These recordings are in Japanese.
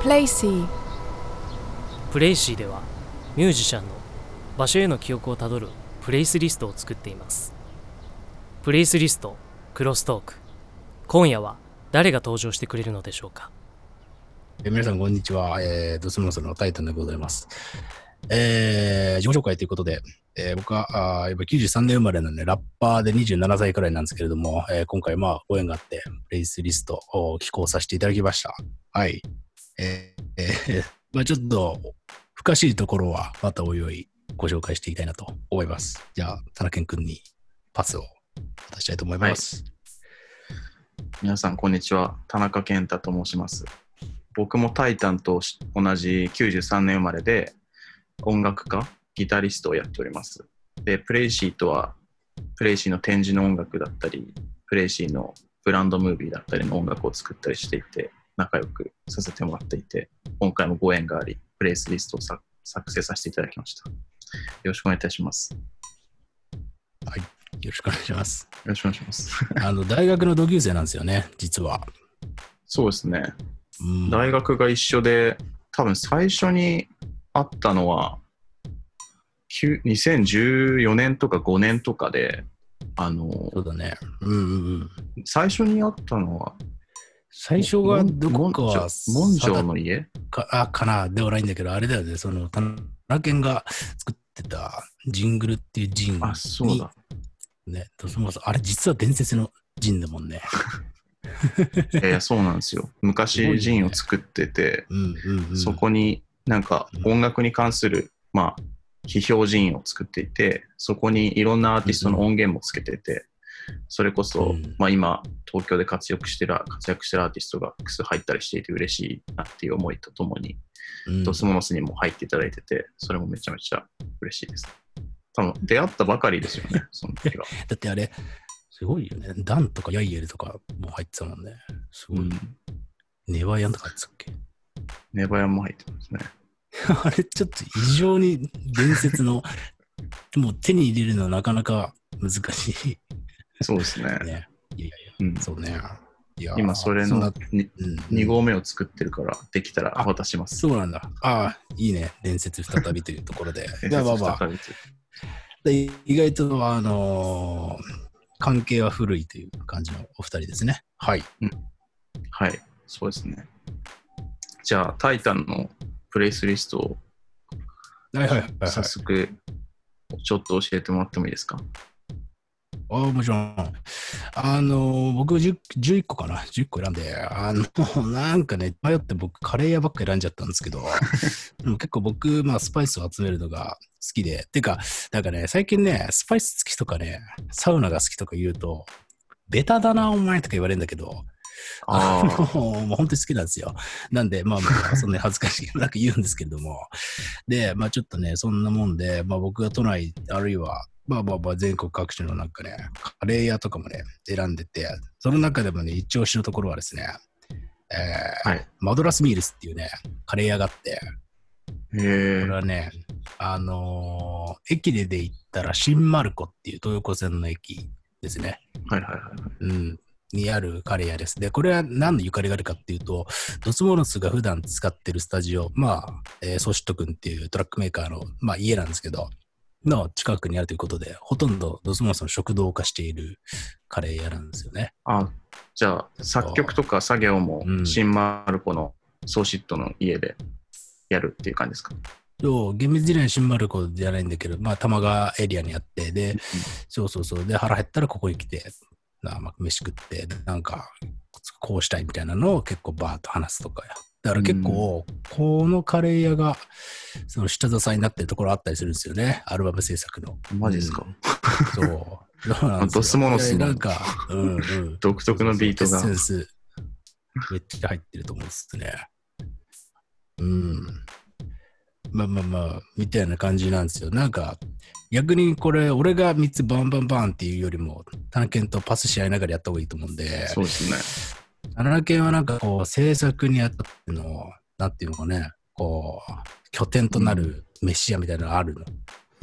プレイシー。 プレイシーではミュージシャンの場所への記憶をたどるプレイスリストを作っています。プレイスリストクロストーク、今夜は誰が登場してくれるのでしょうか。 皆さんこんにちは、ドスモノスのタイタンでございます。自己紹介ということで、僕は今93年生まれのね、ラッパーで27歳くらいなんですけれども、今回ご縁があってプレイスリストを寄稿させていただきました。はい。ちょっと不可思議ところはまたおいおいご紹介していきたいなと思います。じゃあ田中君にパスを渡したいと思います。 はい、皆さんこんにちは、田中健太と申します。僕もタイタンと同じ93年生まれで音楽家、ギタリストをやっております。で、プレイシーとはプレイシーの展示の音楽だったり、プレイシーのブランドムービーだったりの音楽を作ったりしていて、仲良くさせてもらっていて、今回もご縁があり、プレイスリストを作成させていただきました。よろしくお願いいたします。 はい、よろしくお願いします。 よろしくお願いします。 大学の同級生なんですよね、実は。 そうですね。大学が一緒で、多分最初に会ったのは2014年とか5年とかで、 そうだね。 最初に会ったのは、 最初がどこかは門城の家かなではないんだけど、あれだよね、田中健が作ってたジングルっていうジンに、 あ、そうだ。 ね、あれ実は伝説のジンだもんね。 そうなんですよ。昔ジンを作ってて、そこになんか音楽に関する、批評ジンを作っていて、そこにいろんなアーティストの音源もつけてて、それこそ、今東京で活躍してるアーティストが複数入ったりしていて嬉しいなっていう思いとともに、ドスモノスにも入っていただいてて、それもめちゃめちゃ嬉しいです。多分出会ったばかりですよね、その時が。 だってあれすごいよね。ダンとかヤイエルとかも入ってたもんね。すごい。ネバヤンとか入ってたっけ？ ネバヤンも入ってますね。 あれちょっと異常に伝説のもう手に入れるのはなかなか難しい。 そうですね。 ね、そうね。 今それの2号目を作ってるからできたら渡します。 そうなんだ。いいね。伝説再びというところで。意外と関係は古いという感じのお二人ですね。はい。 はい、そうですね。じゃあタイタンのプレイスリストを早速ちょっと教えてもらってもいいですか？ もちろん。僕11個かな。11個選んで、なんかね、迷って僕カレー屋ばっか選んじゃったんですけど、でも結構僕、スパイスを集めるのが好きで、てか、なんかね、最近ね、スパイス好きとかね、サウナが好きとか言うと、ベタだなお前とか言われるんだけど、もう本当に好きなんですよ。なんで、そんなに恥ずかしいなく言うんですけれども。で、ちょっとね、そんなもんで、僕が都内、あるいは、全国各地のなんかね、カレー屋とかもね、選んでて、その中でもね、一押しのところはですね、マドラスミールスっていうね、カレー屋があって、これはね、駅で行ったら新丸子っていう東横線の駅ですね。にあるカレー屋です。で、これは何のゆかりがあるかっていうと、ドスモノスが普段使ってるスタジオ、ソシット君っていうトラックメーカーの、家なんですけど、の近くにあるということで、ほとんどドスモノスの食堂化しているカレー屋なんですよね。 じゃあ作曲とか作業も新丸子のソーシットの家でやるっていう感じですか？ 厳密には新丸子じゃないんだけど、玉川エリアにあって、で、で、腹減ったらここに来て、飯食って、なんか、こうしたいみたいなのを結構バーッと話すとかや。だから結構、このカレー屋が、その下支えになってるところあったりするんですよね。アルバム制作の。 マジですか？ そう。 ドスモノスのなんか、 独特のビートが。 センス、めっちゃ入ってると思うんですね。みたいな感じなんですよ。なんか、逆にこれ、俺が3つバンバンバンっていうよりも、田中健とパスし合いながらやった方がいいと思うんで、 そうですね。 田中健はなんかこう、制作にあたっての、なんていうのかね、こう、拠点となるメシアみたいなのあるの。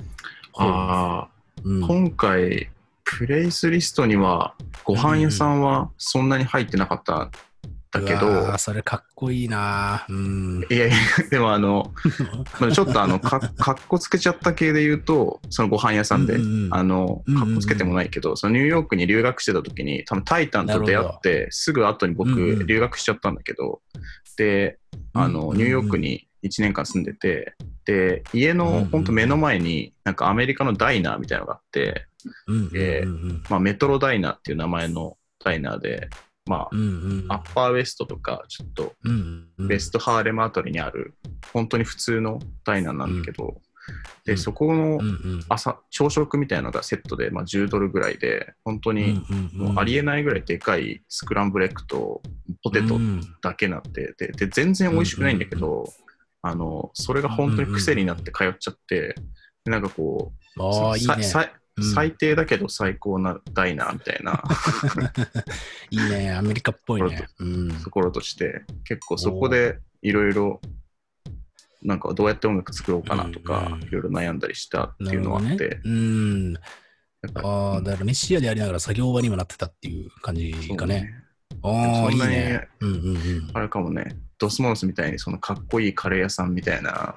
今回、プレイスリストには、ご飯屋さんはそんなに入ってなかっただけど、 それかっこいいな。うん。 いやいや、でもちょっとかっこつけちゃった系で言うと、そのご飯屋さんで、かっこつけてもないけど、そのニューヨークに留学してた時に、多分タイタンと出会って、すぐ後に僕、留学しちゃったんだけど、で、ニューヨークに1年間住んでて、で、家のほんと目の前に、なんかアメリカのダイナーみたいなのがあって、メトロダイナーっていう名前のダイナーで、アッパーウェストとか、ちょっと、ウェストハーレムあたりにある、本当に普通のダイナーなんだけど、で、そこの朝食みたいなのがセットで、$10ぐらいで、本当にもうありえないぐらいでかいスクランブルエッグとポテトだけなって、で、全然美味しくないんだけど、それが本当に癖になって通っちゃって、なんかこう、最低だけど最高なダイナーみたいないいね、アメリカっぽいね。 ところとして、結構そこでいろいろなんかどうやって音楽作ろうかなとか、いろいろ悩んだりしたっていうのがあって。 だからメシアでやりながら作業場にもなってたっていう感じかね。 そんなにあれかもね、ドスモノスみたいにそのかっこいいカレー屋さんみたいな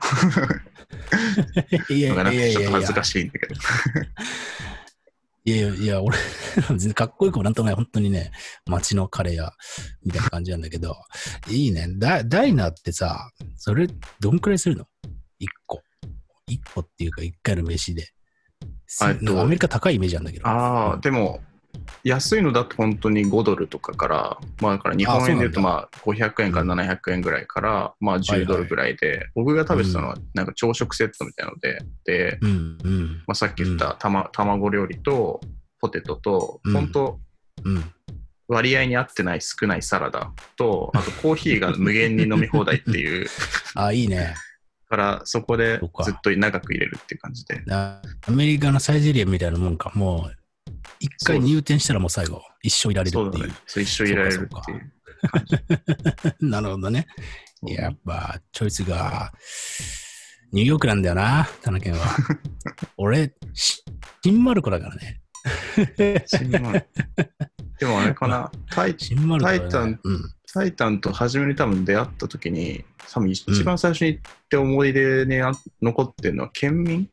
のがなくてちょっと恥ずかしいんだけどいや、俺、全然かっこいい子もなんともない、本当にね、街のカレー屋みたいな感じなんだけど、いいね。ダイナーってさ、それ、どんくらいするの ?1 個。1個っていうか、1回の飯で。アメリカ高いイメージなんだけど。 でも、安いのだと本当に$5とかから、だから日本円で言うと500円から700円ぐらいから、$10ぐらいで、僕が食べてたのはなんか朝食セットみたいなので、さっき言った卵料理とポテトと、本当、割合に合ってない少ないサラダと、あとコーヒーが無限に飲み放題っていう。 いいね。 からそこでずっと長く入れるっていう感じで。 アメリカのサイゼリアみたいなもんか、もう、一回入店したらもう最後、一生いられるっていう。 一生いられるっていう感じ。なるほどね。やっぱ、チョイスが、ニューヨークなんだよな、田中県は。俺、新丸子だからね。 でもあれかな、タイタンと初めに多分出会った時に、多分一番最初に行って思い出に残ってるのは県民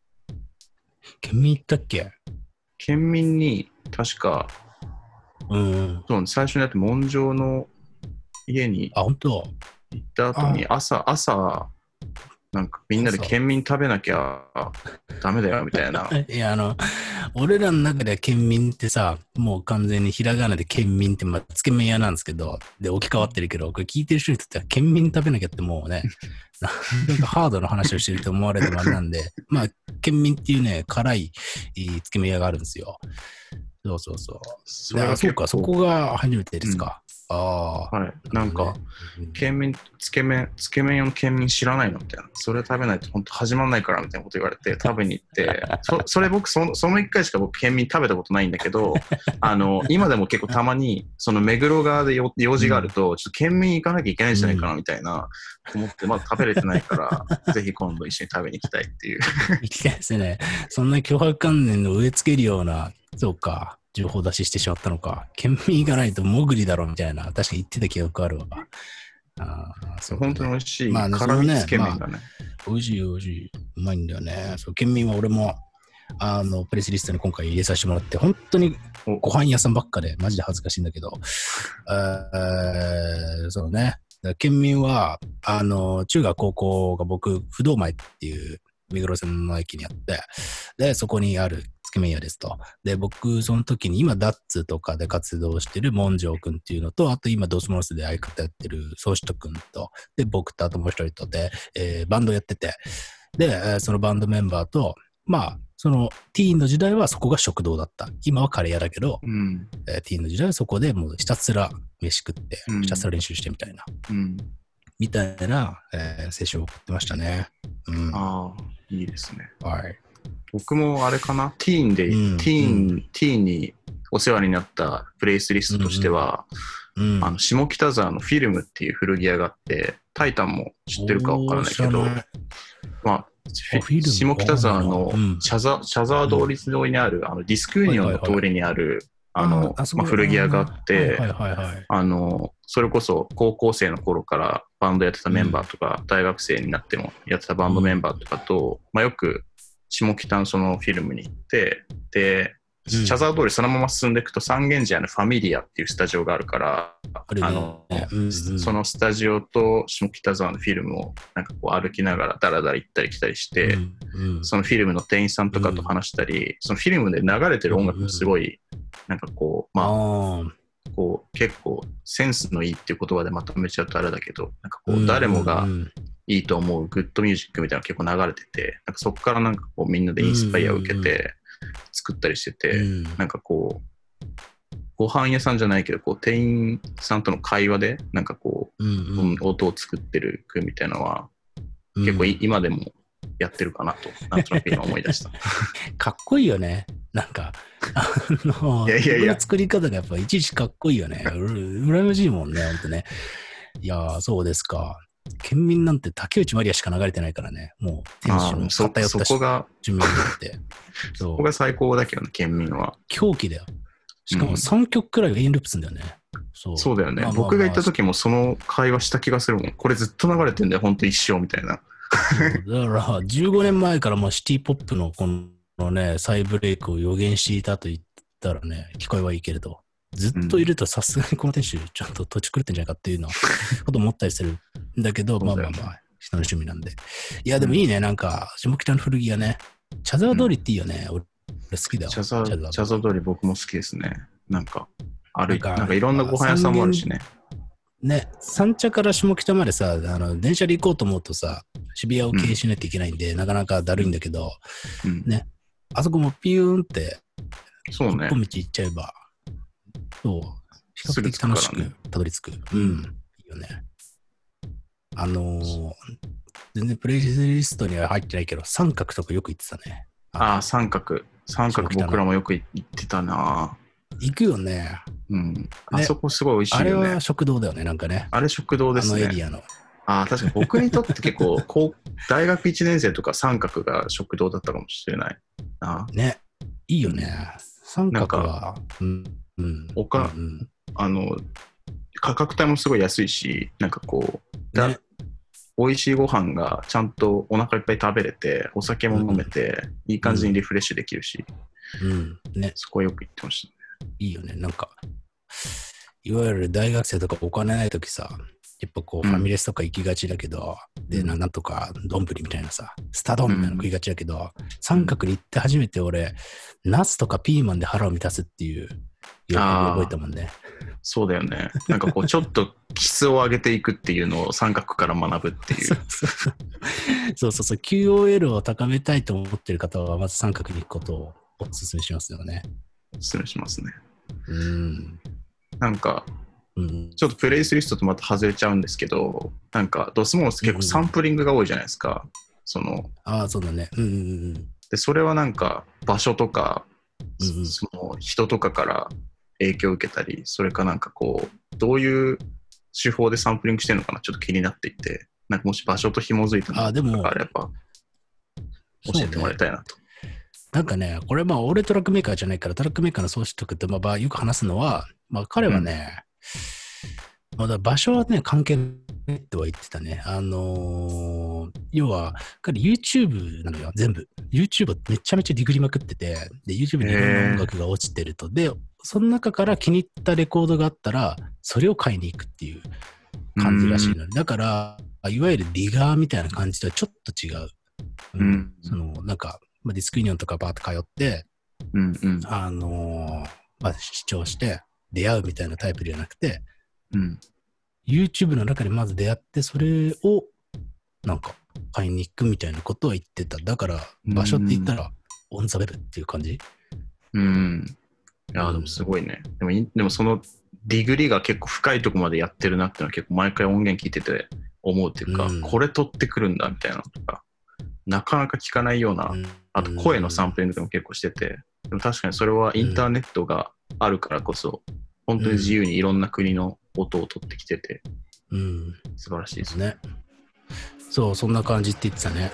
行ったっけ？ 県民に確か、そう最初にだって文城の家に行った後に朝なんかみんなで県民食べなきゃダメだよみたいな。 いや俺らの中では県民ってさ、もう完全にひらがなで県民ってつけ麺屋なんですけど、で置き換わってるけど、これ聞いてる人にとっては県民食べなきゃってもうね、なんかハードな話をしてると思われてもあれなんで、県民っていうね、辛いつけ麺屋があるんですよ。そう。そうか、そこが初めてですか。 はい。なんか、つけ麺屋の県民知らないのみたいな。それ食べないと本当始まんないからみたいなこと言われて、食べに行って、それ僕、その1回しか僕県民食べたことないんだけど、今でも結構たまに、その目黒側で用事があると、ちょっと県民行かなきゃいけないんじゃないかなみたいな、思って、まだ食べれてないから、ぜひ今度一緒に食べに行きたいっていう。 行きたいですね。そんな強迫観念の植え付けるような、そうか。情報出ししてしまったのか。県民行かないともぐりだろみたいな。確かに言ってた記憶あるわ。 そう本当に美味しい。辛味つけ麺がね。 美味しい。うまいんだよね。そう、県民は俺も、プレスリストに今回入れさせてもらって、本当にご飯屋さんばっかで、マジで恥ずかしいんだけど、そうね。県民は、中学高校が僕、不動前っていう目黒線の駅にあって、で、そこにあるつけ麺屋ですと。で、僕、その時に今、ダッツとかで活動してるモンジョー君っていうのと、あと今、ドスモノスで相方やってるソーシト君と、で、僕とあともう一人とで、バンドやってて、で、そのバンドメンバーと、そのティーンの時代はそこが食堂だった。今はカレー屋だけど、ティーンの時代はそこでもうひたすら飯食って、ひたすら練習してみたいな。みたいな、青春を送ってましたね。 いいですね。 はい。 僕もあれかな、ティーンにお世話になったプレイスリストとしては、下北沢のフィルムっていう古着屋があって、タイタンも知ってるかわからないけど、下北沢の茶沢通り沿いにある、ディスクユニオンの通りにある、古着屋があって、 それこそ高校生の頃からバンドやってたメンバーとか、大学生になってもやってたバンドメンバーとかと、よく下北のそのフィルムに行って、で、茶沢通りそのまま進んでいくと三軒茶屋のファミリアっていうスタジオがあるから、そのスタジオと下北沢のフィルムをなんかこう歩きながらダラダラ行ったり来たりして、そのフィルムの店員さんとかと話したり、そのフィルムで流れてる音楽もすごい、なんかこう、こう結構センスのいいっていう言葉でまとめちゃうとあれだけど、なんかこう誰もがいいと思うグッドミュージックみたいなのが結構流れてて、なんかそこからなんかこうみんなでインスパイアを受けて作ったりしてて、なんかこうご飯屋さんじゃないけどこう店員さんとの会話でなんかこう、音を作ってるみたいなのは結構今でもやってるかなとなんとなく今思い出したかっこいいよね。なんかいや作り方がやっぱいちいちかっこいいよね。羨ましいもんね、ほんとね。いやー、そうですか。県民なんて竹内まりやしか流れてないからね。もう店主の偏ったそこが順番になってそこが最高だけどね、県民は。 狂気だよ。しかも3曲くらい永遠ループするんだよね。 そうだよね。僕が行った時もその会話した気がするもん。これずっと流れてんだよ、ほんと一生みたいな。だから15年前からもうシティポップのこのね、再ブレイクを予言していたと言ったらね、聞こえはいいけれど、ずっといるとさすがにこの店主ちょっと土地狂ってんじゃないかっていうのこと思ったりするんだけど、まあ人の趣味なんで。いやでもいいね、なんか下北の古着屋ね。茶沢通りっていいよね。俺好きだよ。 茶沢通り僕も好きですね。なんかなんかいろんなご飯屋さんもあるしね。 ね、三茶から下北までさ、電車で行こうと思うとさ、渋谷を経由しないといけないんで、なかなかだるいんだけど、ね、あそこもピューンって、 そうね。 一本道行っちゃえば、そう、比較的楽しくたどり着く。いいよね。全然プレイリストには入ってないけど、三角とかよく行ってたね。 三角僕らもよく行ってたな。 行くよね。 あそこすごい美味しいよね。 あれは食堂だよね、なんかね。 あれ食堂ですね。 エリアの。 確かに僕にとって結構大学1年生とか三角が食堂だったかもしれないな。ね、 いいよね。三角は。 価格帯もすごい安いし、なんかこう、美味しいご飯がちゃんとお腹いっぱい食べれて、お酒も飲めて、いい感じにリフレッシュできるし、そこよく行ってましたね。 いいよね。なんか、いわゆる大学生とかお金ないときさ、やっぱこうファミレスとか行きがちだけど、で、なんとか丼みたいなさ、スタ丼みたいなの食いがちだけど、三角に行って初めて俺、ナスとかピーマンで腹を満たすっていう喜びを覚えたもんね。 そうだよね。なんかこうちょっと質を上げていくっていうのを三角から学ぶっていう。 そう。QOL を高めたいと思ってる方は、まず三角に行くことをお勧めしますよね。 お勧めしますね。なんか、ちょっとプレイスリストとまた外れちゃうんですけど、なんかドスモノス結構サンプリングが多いじゃないですか。 そうだね。 で、それはなんか場所とか、その人とかから影響を受けたり、それかなんかこう、どういう手法でサンプリングしてるのかなちょっと気になっていて、なんかもし場所と紐づいたのがあれば教えてもらいたいなと。 なんかね、これ俺トラックメーカーじゃないから、トラックメーカーの創始とかってよく話すのは、彼はね、まだ場所はね、関係ないとは言ってたね。要は、彼 YouTube なのよ、全部。YouTube をめちゃめちゃディグりまくってて、で、YouTube にいろんな音楽が落ちてると。で、その中から気に入ったレコードがあったら、それを買いに行くっていう感じらしいの。だから、いわゆるディガーみたいな感じとはちょっと違う。なんか、ディスクユニオンとかバーって通って、視聴して出会うみたいなタイプではなくて、YouTube の中でまず出会って、それをなんか買いに行くみたいなことは言ってた。だから場所って言ったらオンザウェブっていう感じ。 いやでもすごいね。でもそのディグリが結構深いところまでやってるなっていうのは結構毎回音源聞いてて思うっていうか、これ取ってくるんだみたいなのとか、なかなか聞かないような、あと声のサンプリングでも結構してて、でも確かにそれはインターネットがあるからこそ、本当に自由にいろんな国の音を取ってきてて、素晴らしいですね。 そう、そんな感じって言ってたね。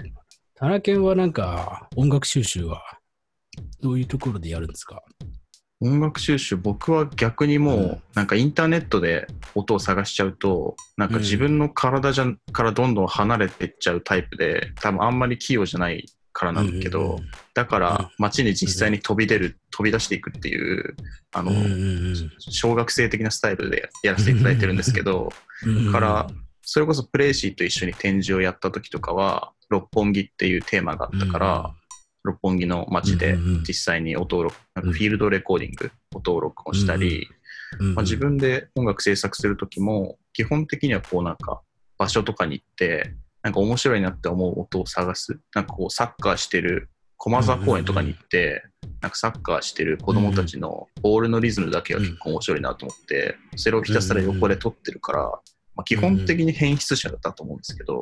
タナケンはなんか音楽収集はどういうところでやるんですか？ 音楽収集、僕は逆にもう、なんかインターネットで音を探しちゃうと、なんか自分の体からどんどん離れていっちゃうタイプで、多分あんまり器用じゃないからなんだけど、だから街に実際に飛び出していくっていう、小学生的なスタイルでやらせていただいてるんですけど、から、それこそプレイシーと一緒に展示をやった時とかは、六本木っていうテーマがあったから、六本木の街で実際に音をなんかフィールドレコーディング、音を録音したり、自分で音楽制作するときも、基本的にはこうなんか場所とかに行って、なんか面白いなって思う音を探す。なんかこうサッカーしてる駒沢公園とかに行って、なんかサッカーしてる子供たちのボールのリズムだけは結構面白いなと思って、それをひたすら横で撮ってるから、基本的に変質者だったと思うんですけど、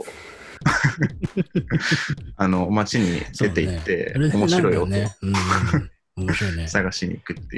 街に出て行って、面白い音を探しに行くっていう。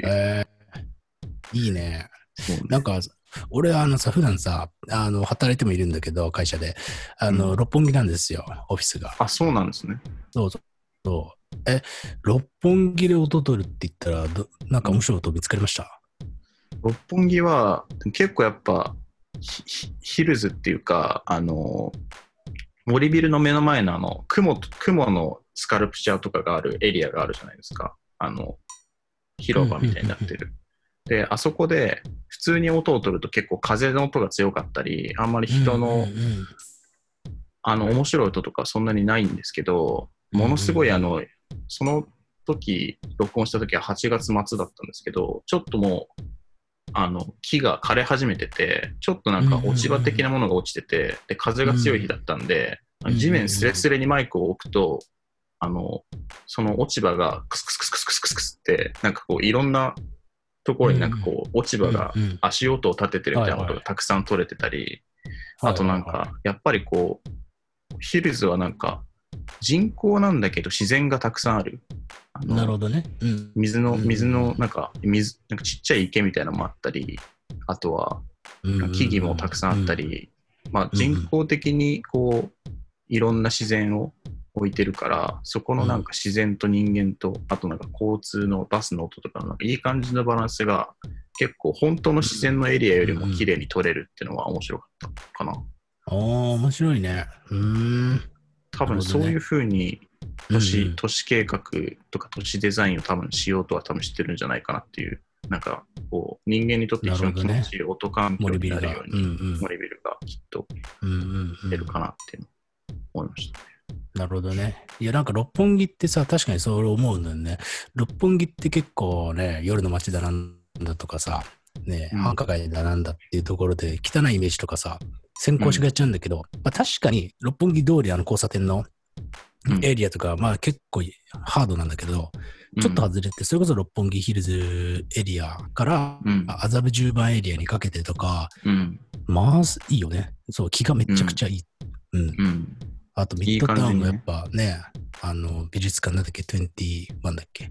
いいね。なんか、俺普段さ、働いてもいるんだけど、会社で。六本木なんですよ、オフィスが。 あ、そうなんですね。 そう。六本木で音取るって言ったら、なんか面白い音見つかりました？ 六本木は、結構やっぱ、ヒルズっていうか、森ビルの目の前の雲のスカルプチャーとかがあるエリアがあるじゃないですか。広場みたいになってる。で、あそこで普通に音を取ると結構風の音が強かったり、あんまり人の、面白い音とかそんなにないんですけど、ものすごいその時、録音した時は8月末だったんですけど、ちょっともう、木が枯れ始めてて、ちょっとなんか落ち葉的なものが落ちてて、で、風が強い日だったんで、地面スレスレにマイクを置くと、その落ち葉がクスクスクスクスクスクスクスって、なんかこういろんなところになんかこう落ち葉が足音を立ててるみたいなことがたくさん取れてたり、あとなんかやっぱりこう、ヒルズはなんか人工なんだけど自然がたくさんある。 なるほどね。 水のなんかちっちゃい池みたいなのもあったり、あとは木々もたくさんあったり、人工的にこういろんな自然を置いてるから、そこのなんか自然と人間と、あとなんか交通のバスの音とかのなんかいい感じのバランスが結構本当の自然のエリアよりも綺麗に撮れるっていうのは面白かったかな。 面白いね。 多分そういう風に都市計画とか都市デザインを多分しようとは多分してるんじゃないかなっていう、なんかこう人間にとって一番気持ちいい音環境になるように森ビルがきっと出るかなって思いましたね。 なるほどね。いやなんか六本木ってさ、確かにそう思うんだよね。六本木って結構ね、夜の街だなんだとかさ、ね、繁華街だなんだっていうところで汚いイメージとかさ、先行しがちなんだけど、確かに六本木通り交差点のエリアとか、結構ハードなんだけど、ちょっと外れて、それこそ六本木ヒルズエリアから麻布十番エリアにかけてとか、いいよね。そう、気がめちゃくちゃいい。あとミッドタウンもやっぱね、美術館なんだっけ、21だっけ。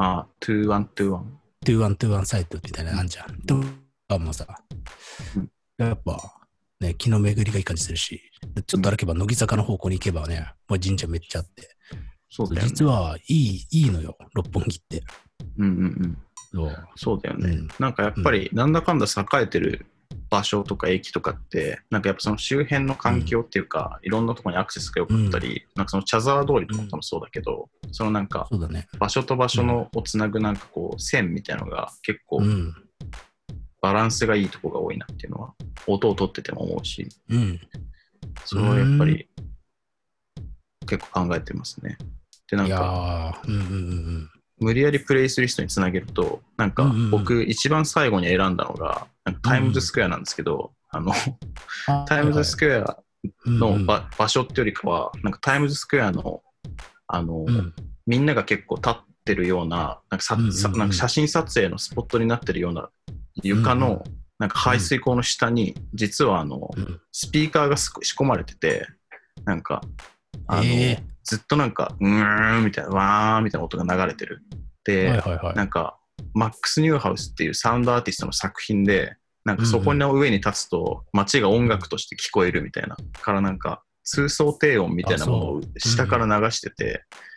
2121。 2121サイトみたいなのあんじゃん。とかもさ、やっぱ、ね、気の巡りがいい感じするし、ちょっと歩けば乃木坂の方向に行けばね、もう神社めっちゃあって、 そうだよね、 実はいいのよ、六本木って。 そうだよね。なんかやっぱりなんだかんだ栄えてる場所とか駅とかって、なんかやっぱその周辺の環境っていうか、いろんなところにアクセスが良かったり、なんかその茶沢通りとかもそうだけど、そのなんか場所と場所のをつなぐなんかこう線みたいなのが結構バランスがいいところが多いなっていうのは音を取ってても思うし、それはやっぱり結構考えてますね。でなんか無理やりプレイスリストにつなげると、なんか僕一番最後に選んだのがなんかタイムズスクエアなんですけど、タイムズスクエアの場所ってよりかは、なんかタイムズスクエアのみんなが結構立ってるような、なんか写真撮影のスポットになってるような床のなんか排水溝の下に実はスピーカーが仕込まれてて、なんかずっとなんかうーんみたいなわーみたいな音が流れてる。で、なんかマックス・ニューハウスっていうサウンドアーティストの作品で、なんかそこの上に立つと街が音楽として聞こえるみたいなから、なんか通奏低音みたいなものを下から流してて、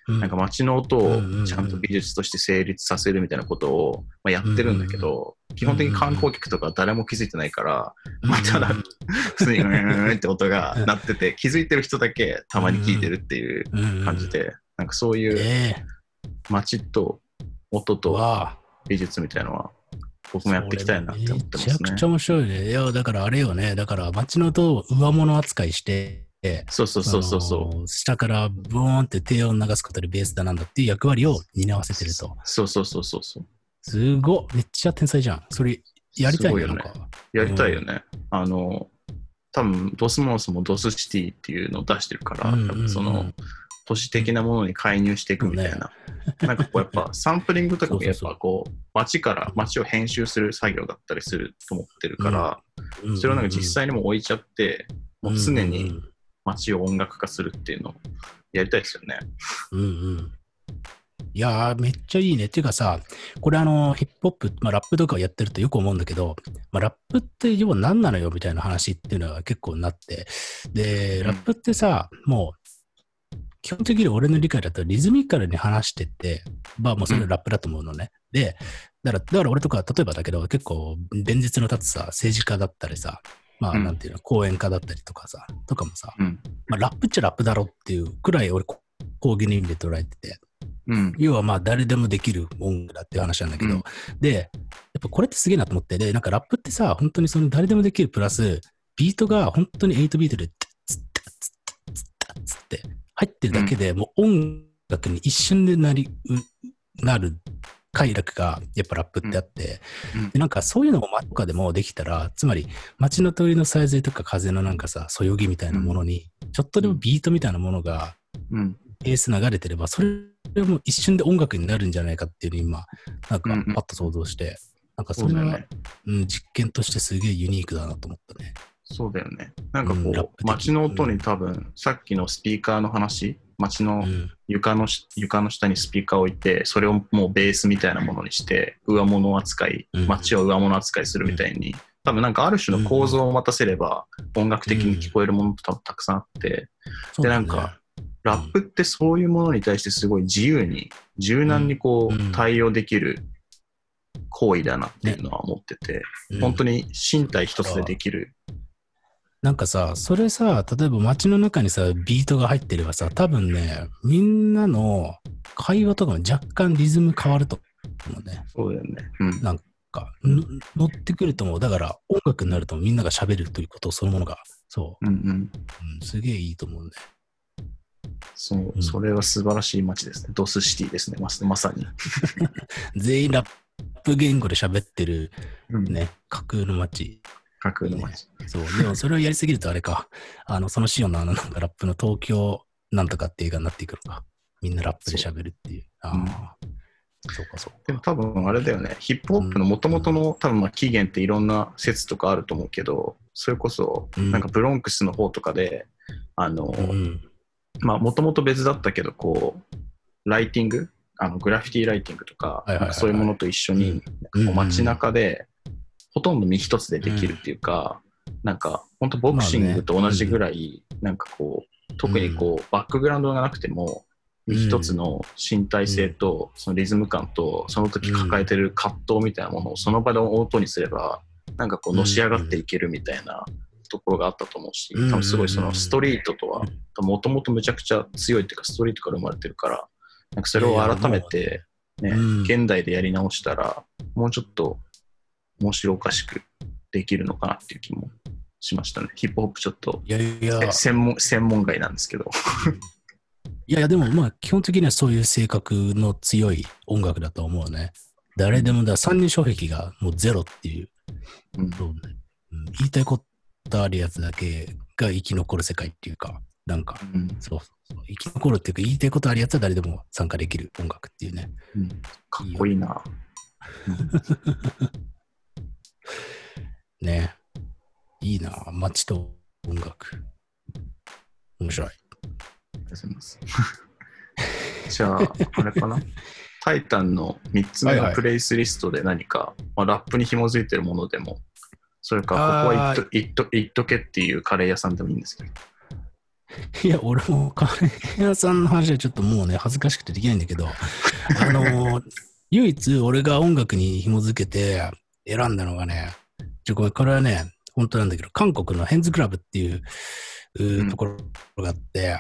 なんか街の音をちゃんと美術として成立させるみたいなことを、まあ、やってるんだけど、基本的に観光客とか誰も気づいてないから、まあ、ただ普通にって音が鳴ってて、気づいてる人だけたまに聞いてるっていう感じで、なんかそういう街と音と美術みたいなのは僕もやっていきたいなって思ってますね。 めちゃくちゃ面白いね。いや、だからあれよね。だから街の音を上物扱いして、 そう。 下からブーンって低音流すことでベースだなんだっていう役割を担わせてると。 そう。 すごっ。めっちゃ天才じゃん。それ、やりたいよね。 やりたいよね。多分ドスモノスもドスシティっていうのを出してるから、その、都市的なものに介入していくみたいな。なんかこうやっぱサンプリングとかもやっぱこう、街を編集する作業だったりすると思ってるから、それをなんか実際にも置いちゃって、もう常に、街を音楽化するっていうのをやりたいですよね。 いやー、めっちゃいいね。っていうかさ、これヒップホップ、まあラップとかをやってるとよく思うんだけど、まあラップって要は何なのよみたいな話っていうのは結構なって、で、ラップってさ、もう、基本的に俺の理解だとリズミカルに話してって、まあもうそれラップだと思うのね。で、だから俺とか、例えばだけど結構伝説の立つさ、政治家だったりさ、まあなんていうの、講演家だったりとかさ、とかもさ、まあラップっちゃラップだろっていうくらい俺講義の意味で捉えてて、要はまあ誰でもできる音楽だっていう話なんだけど、で、やっぱこれってすげえなと思って、で、なんかラップってさ、本当にその誰でもできるプラス、ビートが本当に8ビートで、ツッって入ってるだけで、もう音楽に一瞬でなる快楽がやっぱラップってあって、でなんかそういうのも街とかでもできたら、つまり街の鳥のさえずりとか風のなんかさ、そよぎみたいなものに、ちょっとでもビートみたいなものが、ベース流れてれば、それも一瞬で音楽になるんじゃないかっていうのを今、なんかパッと想像して、なんかそれは、実験としてすげえユニークだなと思ったね。 そうだよね。なんかこう、街の音に多分、さっきのスピーカーの話、街の床の下にスピーカーを置いて、それをもうベースみたいなものにして、上物扱い、街を上物扱いするみたいに、多分なんかある種の構造を待たせれば、音楽的に聞こえるものって多分たくさんあって、で、なんか、ラップってそういうものに対してすごい自由に、柔軟にこう対応できる行為だなっていうのは思ってて、本当に身体一つでできる。 なんかさ、それさ、例えば街の中にさ、ビートが入ってればさ、多分ね、みんなの会話とかも若干リズム変わると思うね。 そうだよね。 なんか、乗ってくると思う。だから音楽になるとみんなが喋るということそのものが、そう。すげえいいと思うね。 そう、それは素晴らしい街ですね。ドスシティですね、まさに。 全員ラップ言語で喋ってる、ね、架空の街。 架空の街。 そう。でもそれをやりすぎるとあれか。そのシオンのなんかラップの東京なんとかって映画になっていくのか。みんなラップで喋るっていう。そうか。 でも多分あれだよね。ヒップホップの元々の多分起源っていろんな説とかあると思うけど、それこそなんかブロンクスの方とかで、まあもともと別だったけど、こう、ライティング、グラフィティライティングとか、そういうものと一緒に、街中で、ほとんど身一つでできるっていうか、なんか、本当ボクシングと同じぐらい、なんかこう、特にこう、バックグラウンドがなくても、身一つの身体性と、そのリズム感と、その時抱えてる葛藤みたいなものをその場で音にすれば、なんかこう、のし上がっていけるみたいなところがあったと思うし、多分すごいそのストリートとは、もともとむちゃくちゃ強いっていうか、ストリートから生まれてるから、なんかそれを改めて、ね、現代でやり直したら、もうちょっと面白おかしくできるのかなっていう気もしましたね。ヒップホップちょっと専門外なんですけど。 いやでもまあ基本的にはそういう性格の強い音楽だと思うね。誰でも三人障壁がもうゼロっていう。そうね。言いたいことあるやつだけが生き残る世界っていうか、なんか、そう生き残るっていうか言いたいことあるやつは誰でも参加できる音楽っていうね。 かっこいいな。 ね。いいな。街と音楽。面白い。 ありがとうございます。じゃあ、あれかな。タイタンの3つ目のプレイスリストで何か、ラップに紐づいてるものでも、それか、ここは言っとけっていうカレー屋さんでもいいんですけど。 いや、俺もカレー屋さんの話はちょっともうね、恥ずかしくてできないんだけど、唯一俺が音楽に紐づけて選んだのがね、ごめん、これはね、本当なんだけど、韓国のヘンズクラブっていうところがあって、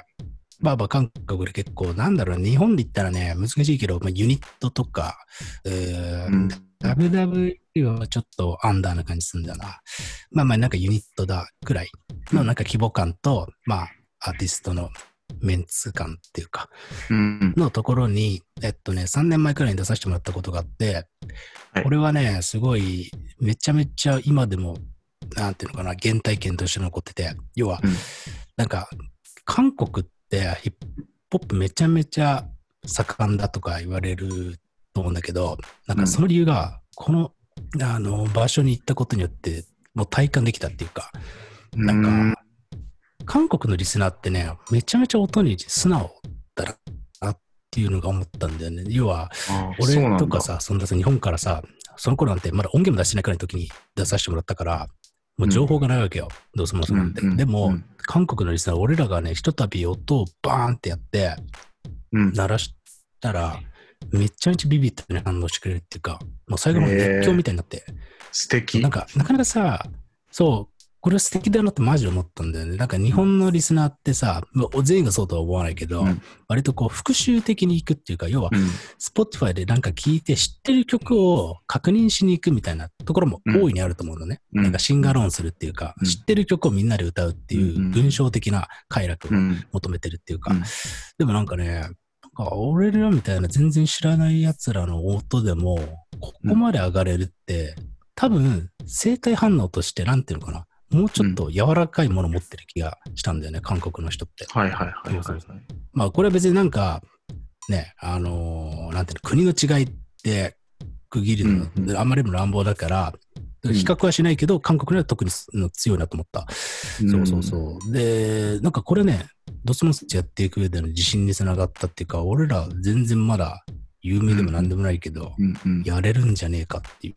まあ韓国で結構、なんだろう、日本で言ったらね、難しいけど、ユニットとか、WWE はちょっとアンダーな感じするんだな。なんかユニットだくらいのなんか規模感と、アーティストのメンツ感っていうか、のところに、3年前くらいに出させてもらったことがあって、これはね、すごい、めちゃめちゃ今でも、なんていうのかな、原体験として残ってて、要は、なんか、韓国ってヒップホップめちゃめちゃ盛んだとか言われると思うんだけど、なんかその理由が、この、場所に行ったことによって、もう体感できたっていうか、なんか、韓国のリスナーってね、めちゃめちゃ音に素直だなっていうのが思ったんだよね。要は、俺とかさ、そんな日本からさ、その頃なんてまだ音源も出してないくらいの時に出させてもらったから、もう情報がないわけよ。どうせもそうなんて。でも、韓国のリスナー、俺らがね、ひとたび音をバーンってやって、鳴らしたら、めちゃめちゃビビッとね、反応してくれるっていうか、もう最後の熱狂みたいになって。 素敵。 なんか、なかなかさ、そう、これは素敵だなってマジで思ったんだよね。なんか日本のリスナーってさ、全員がそうとは思わないけど、割とこう復習的に行くっていうか、要は、Spotify でなんか聞いて知ってる曲を確認しに行くみたいなところも大いにあると思うのね。なんかシンガローンするっていうか、知ってる曲をみんなで歌うっていう文章的な快楽を求めてるっていうか、でもなんかね、俺らみたいな全然知らない奴らの音でも、ここまで上がれるって、多分、生体反応としてなんていうのかな、もうちょっと柔らかいものを持ってる気がしたんだよね、韓国の人って。 はいはいはいはい。 まあこれは別になんか、ね、なんていうの、国の違いって区切るの、あんまりも乱暴だから、比較はしないけど、韓国には特に強いなと思った。そうそうそう。で、なんかこれね、ドスモスやっていく上での自信につながったっていうか、俺ら全然まだ有名でもなんでもないけど、やれるんじゃねえかっていう、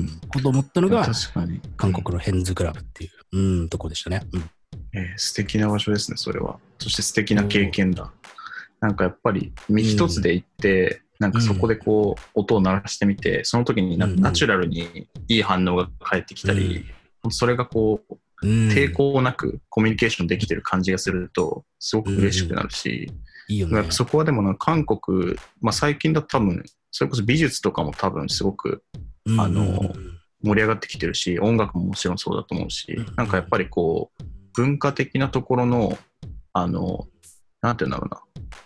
こと思ったのが、韓国のヘンズクラブっていう、とこでしたね。 素敵な場所ですね、それは。そして素敵な経験だ。なんかやっぱり身一つで行って、なんかそこでこう音を鳴らしてみて、その時にナチュラルにいい反応が返ってきたり、それがこう抵抗なくコミュニケーションできてる感じがするとすごく嬉しくなるし、 いいよね、 そこはでも韓国、最近だと多分それこそ美術とかも多分すごく盛り上がってきてるし、音楽ももちろんそうだと思うし、なんかやっぱりこう文化的なところのなんていうんだろうな、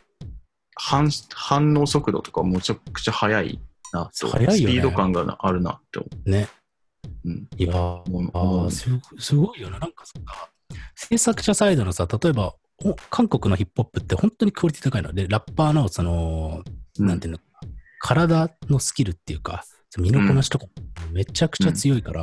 反応速度とかむちゃくちゃ速いなと、 早いよね、 スピード感があるなって思う。 ね。いやすごいよな。なんかさ、制作者サイドのさ、例えば韓国のヒップホップって本当にクオリティ高いので、ラッパーのその、なんていうの、体のスキルっていうか、身のこなしとかめちゃくちゃ強いから、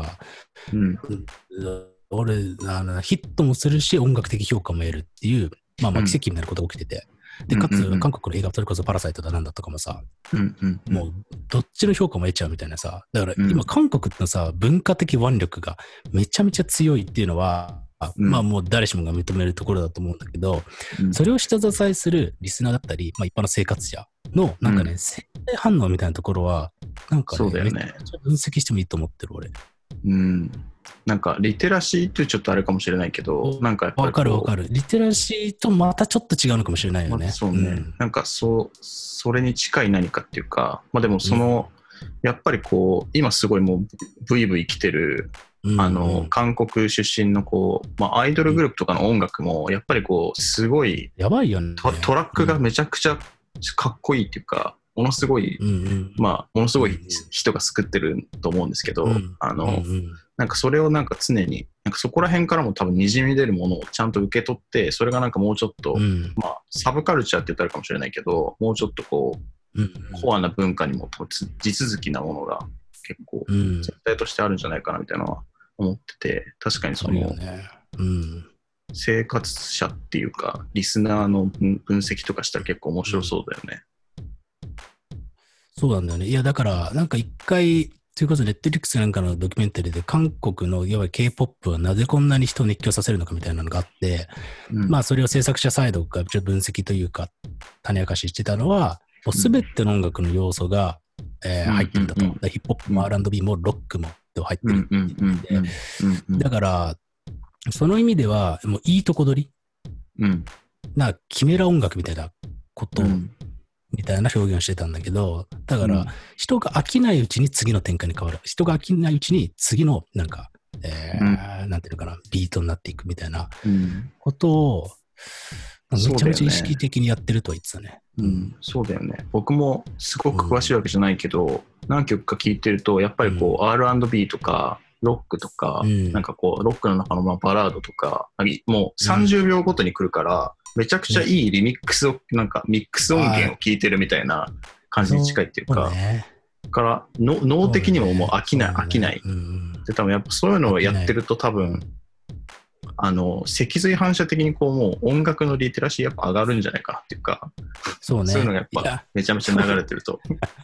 俺ヒットもするし音楽的評価も得るっていう、奇跡になることが起きてて、でかつ韓国の映画、それこそパラサイトだなんだとかもさ、もうどっちの評価も得ちゃうみたいなさ、だから今韓国のさ文化的腕力がめちゃめちゃ強いっていうのは、もう誰しもが認めるところだと思うんだけど、それを下支えするリスナーだったり、一般の生活者のなんかね、生体反応みたいなところはなんかね、めっちゃ分析してもいいと思ってる俺。 なんかリテラシーってちょっとあれかもしれないけど、なんかやっぱりわかるわかる。リテラシーとまたちょっと違うのかもしれないよね。 そうね。なんかそれに近い何かっていうか、でもやっぱりこう今すごいもうブイブイ来てる韓国出身のこうアイドルグループとかの音楽もやっぱりこうすごいやばいよね。 トラックがめちゃくちゃかっこいいっていうか、ものすごいものすごい人が作ってると思うんですけど、なんかそれをなんか常になんかそこら辺からも多分にじみ出るものをちゃんと受け取って、それがなんかもうちょっとサブカルチャーって言ったらかもしれないけど、もうちょっとこうコアな文化にも地続きなものが結構全体としてあるんじゃないかなみたいなのは思ってて、確かにその生活者っていうかリスナーの分析とかしたら結構面白そうだよね。 そうなんだよね。いやだからなんか一回それこそネットフリックスなんかのドキュメンタリーで韓国のいわゆる K-POP はなぜこんなに人を熱狂させるのかみたいなのがあって、まあそれを制作者サイドがちょっと分析というか種明かししてたのは、もう全ての音楽の要素が、入ってるんだと。ヒップホップも R&B もロックも入ってるってだから、その意味ではもういいとこ取り、キメラ音楽みたいなこと、みたいな表現をしてたんだけど、だから、人が飽きないうちに次の展開に変わる。人が飽きないうちに次の、なんか、なんていうのかな、ビートになっていくみたいなことを、めちゃめちゃ意識的にやってるとは言ってたね。 そうだよね。僕もすごく詳しいわけじゃないけど、何曲か聴いてると、やっぱりこう、R&B とか、ロックとか、なんかこう、ロックの中のバラードとか、もう30秒ごとに来るから、めちゃくちゃいいリミックスを、なんかミックス音源を聴いてるみたいな感じに近いっていうか、だから脳的にももう飽きない。で、多分やっぱそういうのをやってると多分、脊髄反射的にこうもう音楽のリテラシーやっぱ上がるんじゃないかなっていうか、そういうのがやっぱめちゃめちゃ流れてると。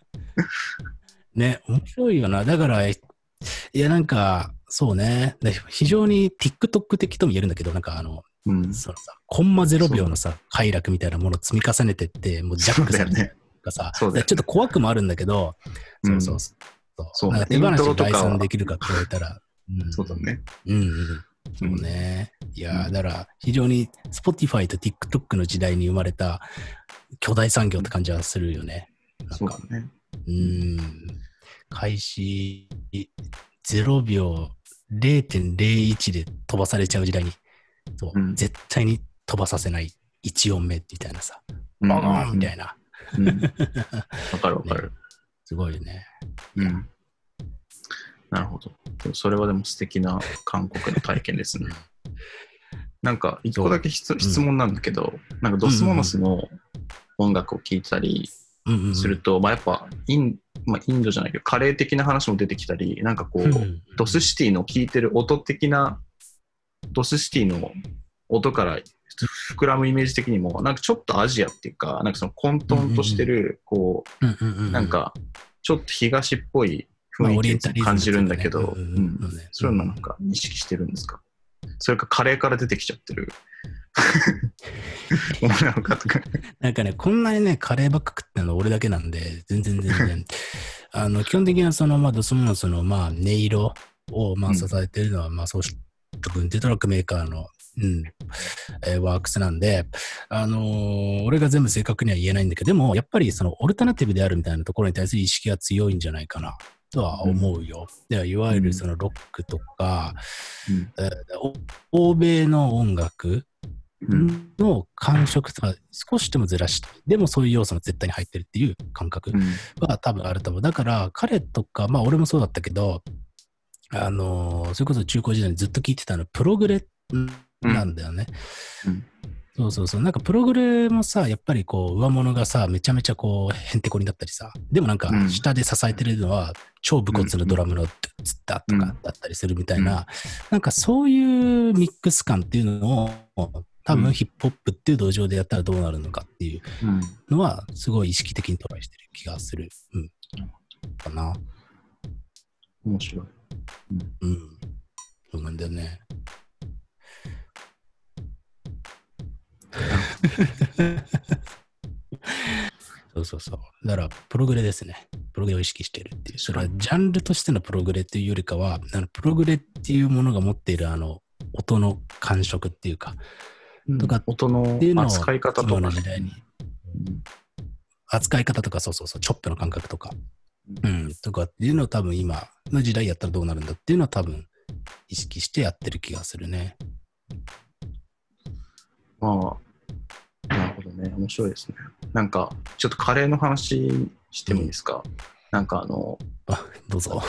ね、面白いよな。だから、いやなんか、そうね、非常に TikTok 的とも言えるんだけど、なんかそのさ、コンマ0秒のさ、快楽みたいなものを積み重ねてって、もうジャックされてとかさ、ちょっと怖くもあるんだけど、そう。手放しで概算できるかって言われたら、 そうだね。 そうね。いやだから非常に Spotify と TikTok の時代に生まれた巨大産業って感じはするよね。 そうだね。 開始0秒 0.01 で飛ばされちゃう時代に、絶対に飛ばさせない1音目みたいなさ、バーンみたいな。 わかる。 すごいよね。 なるほど。それはでも素敵な韓国の体験ですね。なんか一個だけ質問なんだけど、なんかドスモノスの音楽を聴いてたりすると、やっぱインドじゃないけどカレー的な話も出てきたり、なんかこう、ドスシティの聴いてる音的な、ドスシティの音から膨らむイメージ的にも、なんかちょっとアジアっていうか、なんかその混沌としてる、こう、なんかちょっと東っぽい雰囲気を感じるんだけど、そういうのなんか認識してるんですか？それかカレーから出てきちゃってるものなのかとか。 なんかね、こんなにね、カレーばっか食ってるの俺だけなんで、全然。基本的にはその、ドスモノスの、音色を、支えてるのは、そうしデトラックメーカーの、ワークスなんで、俺が全部正確には言えないんだけど、でも、やっぱりそのオルタナティブであるみたいなところに対する意識が強いんじゃないかなとは思うよ。でいわゆるそのロックとか、欧米の音楽の感触とか少しでもずらして、でもそういう要素が絶対に入ってるっていう感覚は多分あると思う。だから彼とか、俺もそうだったけど、それこそ中高時代にずっと聞いてたのプログレなんだよね。そう。なんかプログレもさ、やっぱりこう、上物がさ、めちゃめちゃこう、へんてこりだったりさ、でもなんか、下で支えてるのは、超武骨なドラムのツッタとかだったりするみたいな、なんかそういうミックス感っていうのを、多分ヒップホップっていう土壌でやったらどうなるのかっていうのは、すごい意識的にトライしてる気がする。かな。 面白い。 そうなんだよね。そう。だから、プログレですね。プログレを意識しているっていう。それはジャンルとしてのプログレっていうよりかは、プログレっていうものが持っている音の感触っていうか、とか音の扱い方とか、 時代に扱い方とか、そう、チョップの感覚とか、とかっていうのを多分今の時代やったらどうなるんだっていうのは多分意識してやってる気がするね。 なるほどね。面白いですね。なんか、ちょっとカレーの話してもいいですか？なんかどうぞ。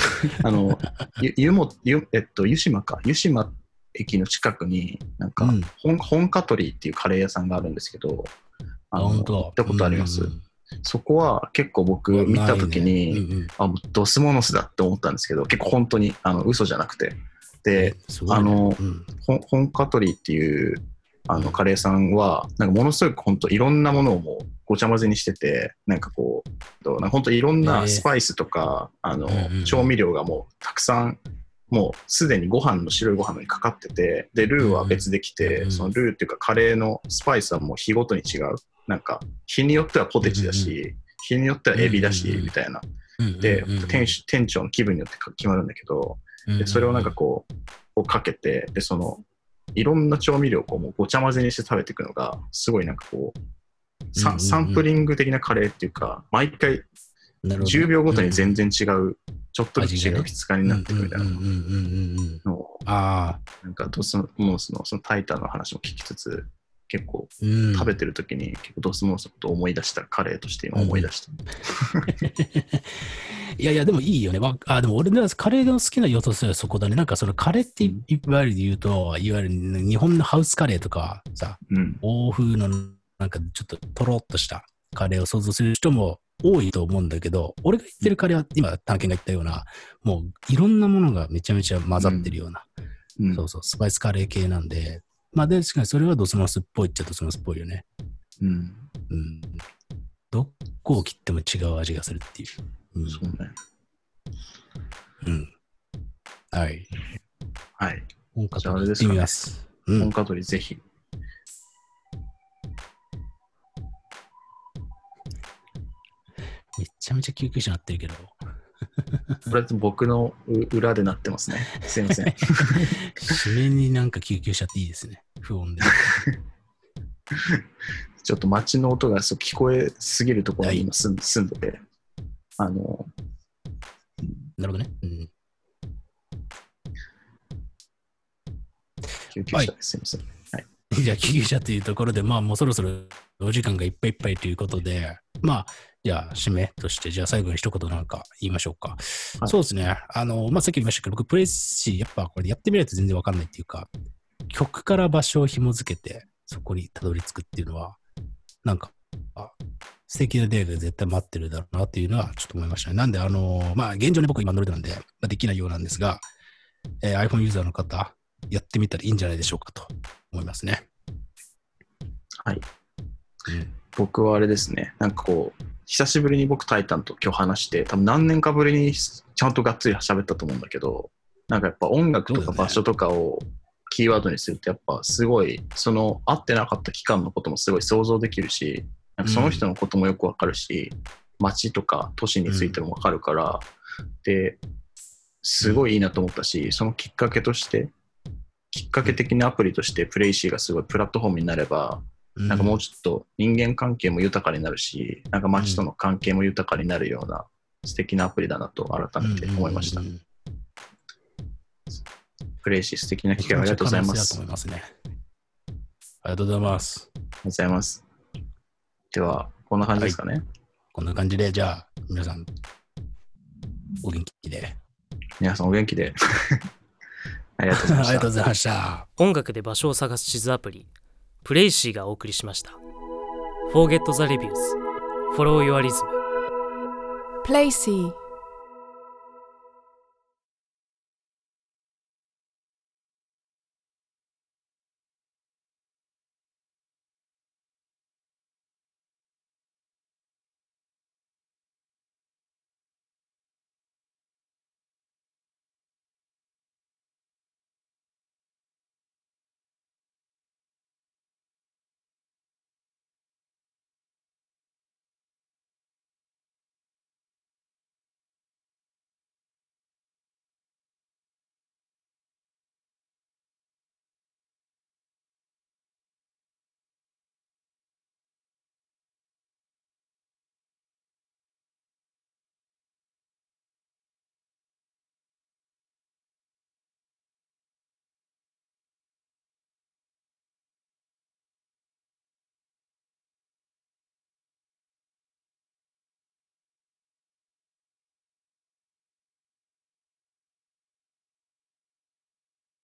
湯島駅の近くに、なんか、本カトリーっていうカレー屋さんがあるんですけど、行ったことあります？そこは結構僕見たときに、もうドスモノスだって思ったんですけど、結構本当に嘘じゃなくて。で、本カトリーっていうカレー屋さんは、なんかものすごく本当いろんなものをもうごちゃ混ぜにしてて、なんかこう、なんか本当いろんなスパイスとか、調味料がもうたくさん、もうすでに白いご飯にかかってて、で、ルーは別できて、そのルーっていうかカレーのスパイスはもう日ごとに違う。なんか、日によってはポテチだし、日によってはエビだし、みたいな。で、店長の気分によって決まるんだけど、でそれをなんかこうかけて、で、いろんな調味料をこうもうごちゃ混ぜにして食べていくのが、すごいなんかこう、サンプリング的なカレーっていうか、毎回10秒ごとに全然違う、ちょっとずつ違う質感になっていくみたいなのを、なんかドスモースのそのタイタンの話も聞きつつ、結構食べてる時に結構ドスモースのことを思い出したカレーとして今思い出した。 いやでもいいよね。でも俺のカレーの好きな要素としてはそこだね。なんかそのカレーっていわゆる言うと、いわゆる日本のハウスカレーとかさ、欧風のなんかちょっととろっとしたカレーを想像する人も多いと思うんだけど、俺が言ってるカレーは今探検が言ったような、もういろんなものがめちゃめちゃ混ざってるような、スパイスカレー系なんで、まあ確かにそれはドスモスっぽいっちゃドスモスっぽいよね。どこを切っても違う味がするっていう。 そうね。 はい。 はい。 本家取り行ってみます。 本家取りぜひ。 めちゃめちゃ救急車鳴ってるけど。 これ僕の裏で鳴ってますね。すいません。 締めになんか救急車っていいですね。不穏で。 ちょっと街の音が聞こえすぎるところに今住んでて。 なるほどね。 救急車です。すいません。 じゃあ救急車というところで、まあもうそろそろお時間がいっぱいいっぱいということで、まあ、じゃあ締めとして、じゃあ最後に一言なんか言いましょうか。そうですね。まあさっき言いましたけど、僕プレイシーやっぱこれやってみないと全然わかんないっていうか、曲から場所を紐付けて、そこにたどり着くっていうのは、なんか、素敵な出会いが絶対待ってるだろうなっていうのはちょっと思いましたね。なんで、まあ現状に僕今乗れたんで、できないようなんですが、iPhone ユーザーの方、やってみたらいいんじゃないでしょうかと思いますね。 はい。僕はあれですね、なんかこう、久しぶりに僕タイタンと今日話して、多分何年かぶりにちゃんとがっつり喋ったと思うんだけど、なんかやっぱ音楽とか場所とかをキーワードにするとやっぱすごい、会ってなかった期間のこともすごい想像できるし、なんかその人のこともよくわかるし、街とか都市についてもわかるから、ですごいいいなと思ったし、そのきっかけ的なアプリとしてプレイシーがすごいプラットフォームになれば、なんかもうちょっと人間関係も豊かになるし、なんか街との関係も豊かになるような素敵なアプリだなと改めて思いました。プレイシー素敵な機会をありがとうございます。 ありがとうございます。 ありがとうございます。では、こんな感じですかね。 こんな感じで、じゃあ、皆さん、お元気で。 皆さんお元気で。ありがとうございました。 ありがとうございました。 音楽で場所を探す地図アプリ、プレイシーがお送りしました。Forget the reviews. Follow your rhythm. Placy